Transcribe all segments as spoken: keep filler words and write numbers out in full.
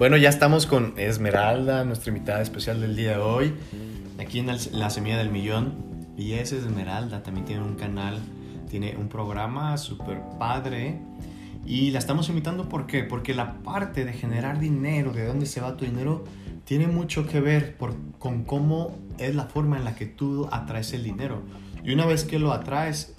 Bueno, ya estamos con Esmeralda, nuestra invitada especial del día de hoy, aquí en La Semilla del Millón. Y es Esmeralda, también tiene un canal, tiene un programa súper padre. Y la estamos invitando, ¿por qué? Porque la parte de generar dinero, de dónde se va tu dinero, tiene mucho que ver por, con cómo es la forma en la que tú atraes el dinero. Y una vez que lo atraes,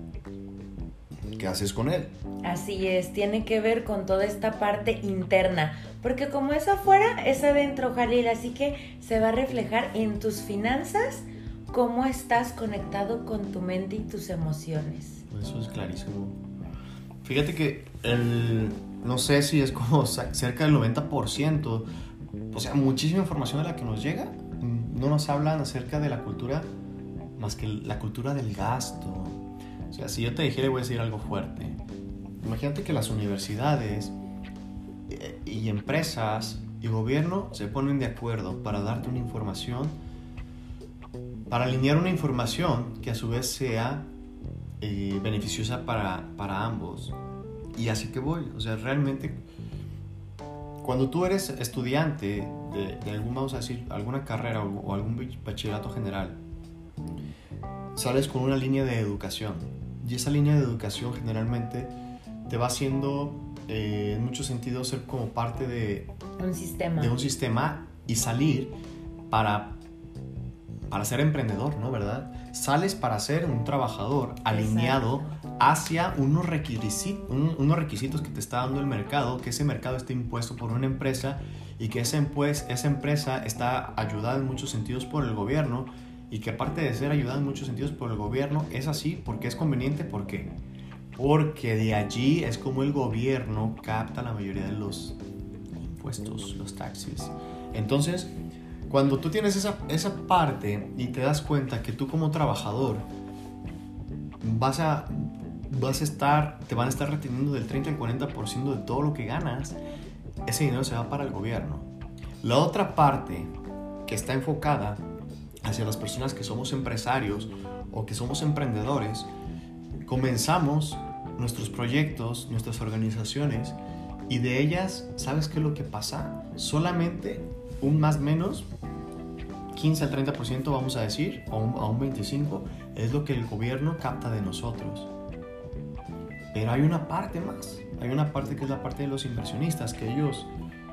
¿qué haces con él? Así es, tiene que ver con toda esta parte interna, porque como es afuera, es adentro, Jalil, así que se va a reflejar en tus finanzas, cómo estás conectado con tu mente y tus emociones. Eso es clarísimo. Fíjate que el, no sé si es como cerca del noventa por ciento, o sea, muchísima información de la que nos llega, no nos hablan acerca de la cultura, más que la cultura del gasto. O sea, si yo te dijera, voy a decir algo fuerte. Imagínate que las universidades y empresas y gobierno se ponen de acuerdo para darte una información, para alinear una información que a su vez sea eh, beneficiosa para, para ambos. Y así que voy, o sea, realmente cuando tú eres estudiante de, de algún, vamos a decir, alguna carrera o, o algún bachillerato general, sales con una línea de educación, y esa línea de educación generalmente te va haciendo eh, en muchos sentidos ser como parte de un sistema, de un sistema y salir para, para ser emprendedor, ¿no? ¿Verdad? Sales para ser un trabajador alineado Exacto. hacia unos requisitos, un, unos requisitos que te está dando el mercado, que ese mercado esté impuesto por una empresa y que esa, pues, esa empresa está ayudada en muchos sentidos por el gobierno, y que aparte de ser ayudada en muchos sentidos por el gobierno, es así porque es conveniente. ¿Por qué? Porque de allí es como el gobierno capta la mayoría de los impuestos, los taxes. Entonces, cuando tú tienes esa, esa parte y te das cuenta que tú como trabajador vas a, vas a estar, te van a estar reteniendo del treinta al cuarenta por ciento de todo lo que ganas, ese dinero se va para el gobierno. La otra parte que está enfocada hacia las personas que somos empresarios o que somos emprendedores, comenzamos nuestros proyectos, nuestras organizaciones, y de ellas, ¿sabes qué es lo que pasa? Solamente un más menos quince al treinta por ciento, vamos a decir, o un, a un veinticinco por ciento, es lo que el gobierno capta de nosotros. Pero hay una parte más, hay una parte que es la parte de los inversionistas, que ellos,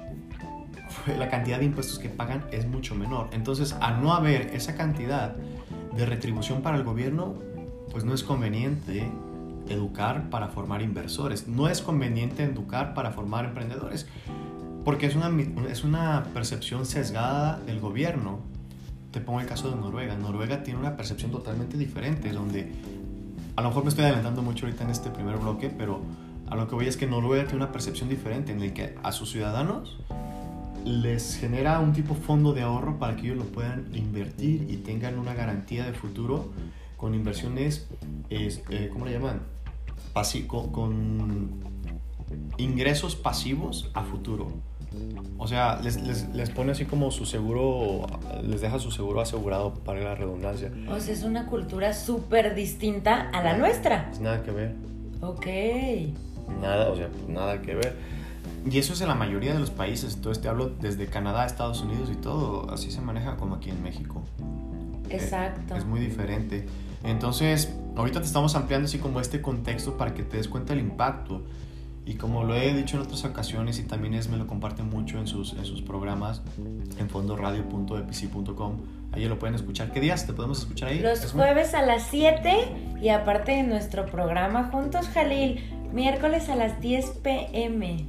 la cantidad de impuestos que pagan es mucho menor. Entonces, al no haber esa cantidad de retribución para el gobierno, pues no es conveniente educar para formar inversores, no es conveniente educar para formar emprendedores, porque es una, es una percepción sesgada del gobierno. Te pongo el caso de Noruega. Noruega tiene una percepción totalmente diferente, donde a lo mejor me estoy adelantando mucho ahorita en este primer bloque, pero a lo que voy es que Noruega tiene una percepción diferente, en el que a sus ciudadanos les genera un tipo fondo de ahorro para que ellos lo puedan invertir y tengan una garantía de futuro con inversiones, es, eh, ¿cómo le llaman? Pasi- con, con ingresos pasivos a futuro. O sea, les, les, les pone así como su seguro, les deja su seguro asegurado, para la redundancia. O sea, es una cultura súper distinta a la nuestra. Es nada que ver. Ok. Nada, o sea, nada que ver. Y eso es en la mayoría de los países. Entonces te hablo desde Canadá, Estados Unidos y todo. Así se maneja como aquí en México. Exacto. Eh, es muy diferente. Entonces, ahorita te estamos ampliando así como este contexto para que te des cuenta del impacto. Y como lo he dicho en otras ocasiones, y también es, me lo comparte mucho en sus, en sus programas, en fondoradio punto e p c punto com. Ahí lo pueden escuchar. ¿Qué días te podemos escuchar ahí? Los jueves a las siete, y aparte de nuestro programa Juntos Jalil, miércoles a las diez pm.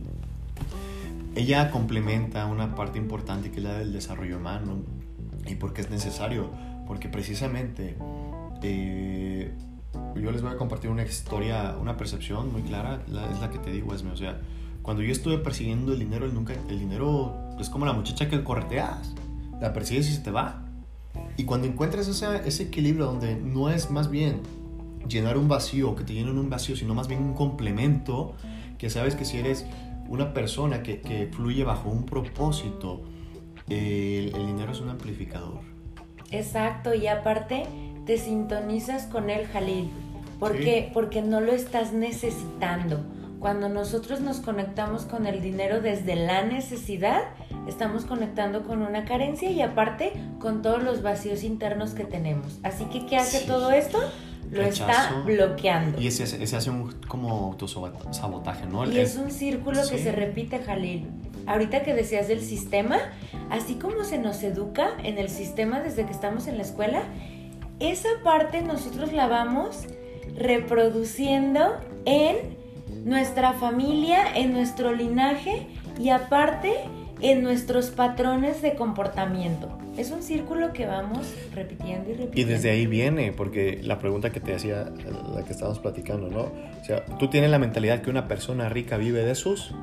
Ella complementa una parte importante que es la del desarrollo humano. ¿Y por qué es necesario? Porque precisamente eh, yo les voy a compartir una historia, una percepción muy clara, la, es la que te digo, Esme. O sea, cuando yo estuve persiguiendo el dinero, el, nunca, el dinero es como la muchacha que correteas, la persigues y se te va. Y cuando encuentras ese, ese equilibrio donde no es más bien llenar un vacío, que te llenen un vacío, sino más bien un complemento, que sabes que si eres una persona que, que fluye bajo un propósito, eh, el, el dinero es un amplificador. Exacto, y aparte te sintonizas con él, Jalil, porque, sí. porque no lo estás necesitando. Cuando nosotros nos conectamos con el dinero desde la necesidad, estamos conectando con una carencia y aparte con todos los vacíos internos que tenemos. Así que, ¿qué hace sí. todo esto? Lo Rechazo, está bloqueando. Y ese, ese hace un como autosabotaje, ¿no? Y es un círculo sí. que se repite, Jalil. Ahorita que decías del sistema, así como se nos educa en el sistema desde que estamos en la escuela, esa parte nosotros la vamos reproduciendo en nuestra familia, en nuestro linaje y aparte en nuestros patrones de comportamiento. Es un círculo que vamos repitiendo y repitiendo. Y desde ahí viene, porque la pregunta que te hacía, la que estábamos platicando, ¿no? O sea, tú tienes la mentalidad que una persona rica vive de sus...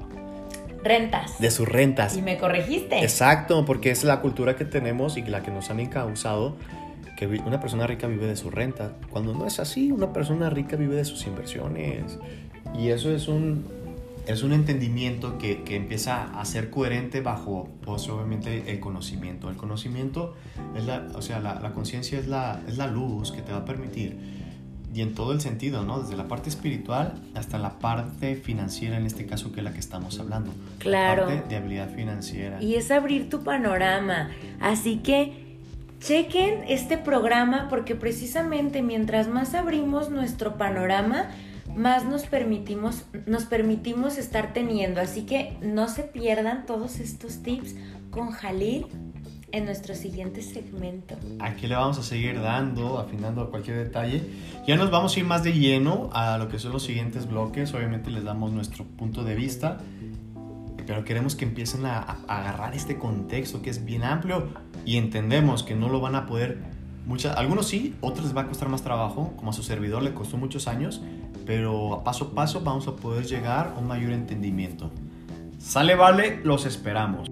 rentas. De sus rentas. Y me corregiste. Exacto, porque es la cultura que tenemos y la que nos han encauzado, que una persona rica vive de su renta. Cuando no es así, una persona rica vive de sus inversiones. Y eso es un, es un entendimiento que, que empieza a ser coherente bajo, pues, obviamente, el conocimiento. El conocimiento, es la, o sea, la, la conciencia es la, es la luz que te va a permitir, y en todo el sentido, ¿no? Desde la parte espiritual hasta la parte financiera, en este caso, que es la que estamos hablando. Claro. La parte de habilidad financiera. Y es abrir tu panorama. Así que chequen este programa porque precisamente mientras más abrimos nuestro panorama, más nos permitimos, nos permitimos estar teniendo. Así que no se pierdan todos estos tips con Jalil en nuestro siguiente segmento. Aquí le vamos a seguir dando, afinando cualquier detalle. Ya nos vamos a ir más de lleno a lo que son los siguientes bloques. Obviamente les damos nuestro punto de vista, pero queremos que empiecen a, a agarrar este contexto que es bien amplio y entendemos que no lo van a poder, muchas, algunos sí, otros les va a costar más trabajo, como a su servidor le costó muchos años, pero a paso a paso vamos a poder llegar a un mayor entendimiento. Sale, vale, los esperamos.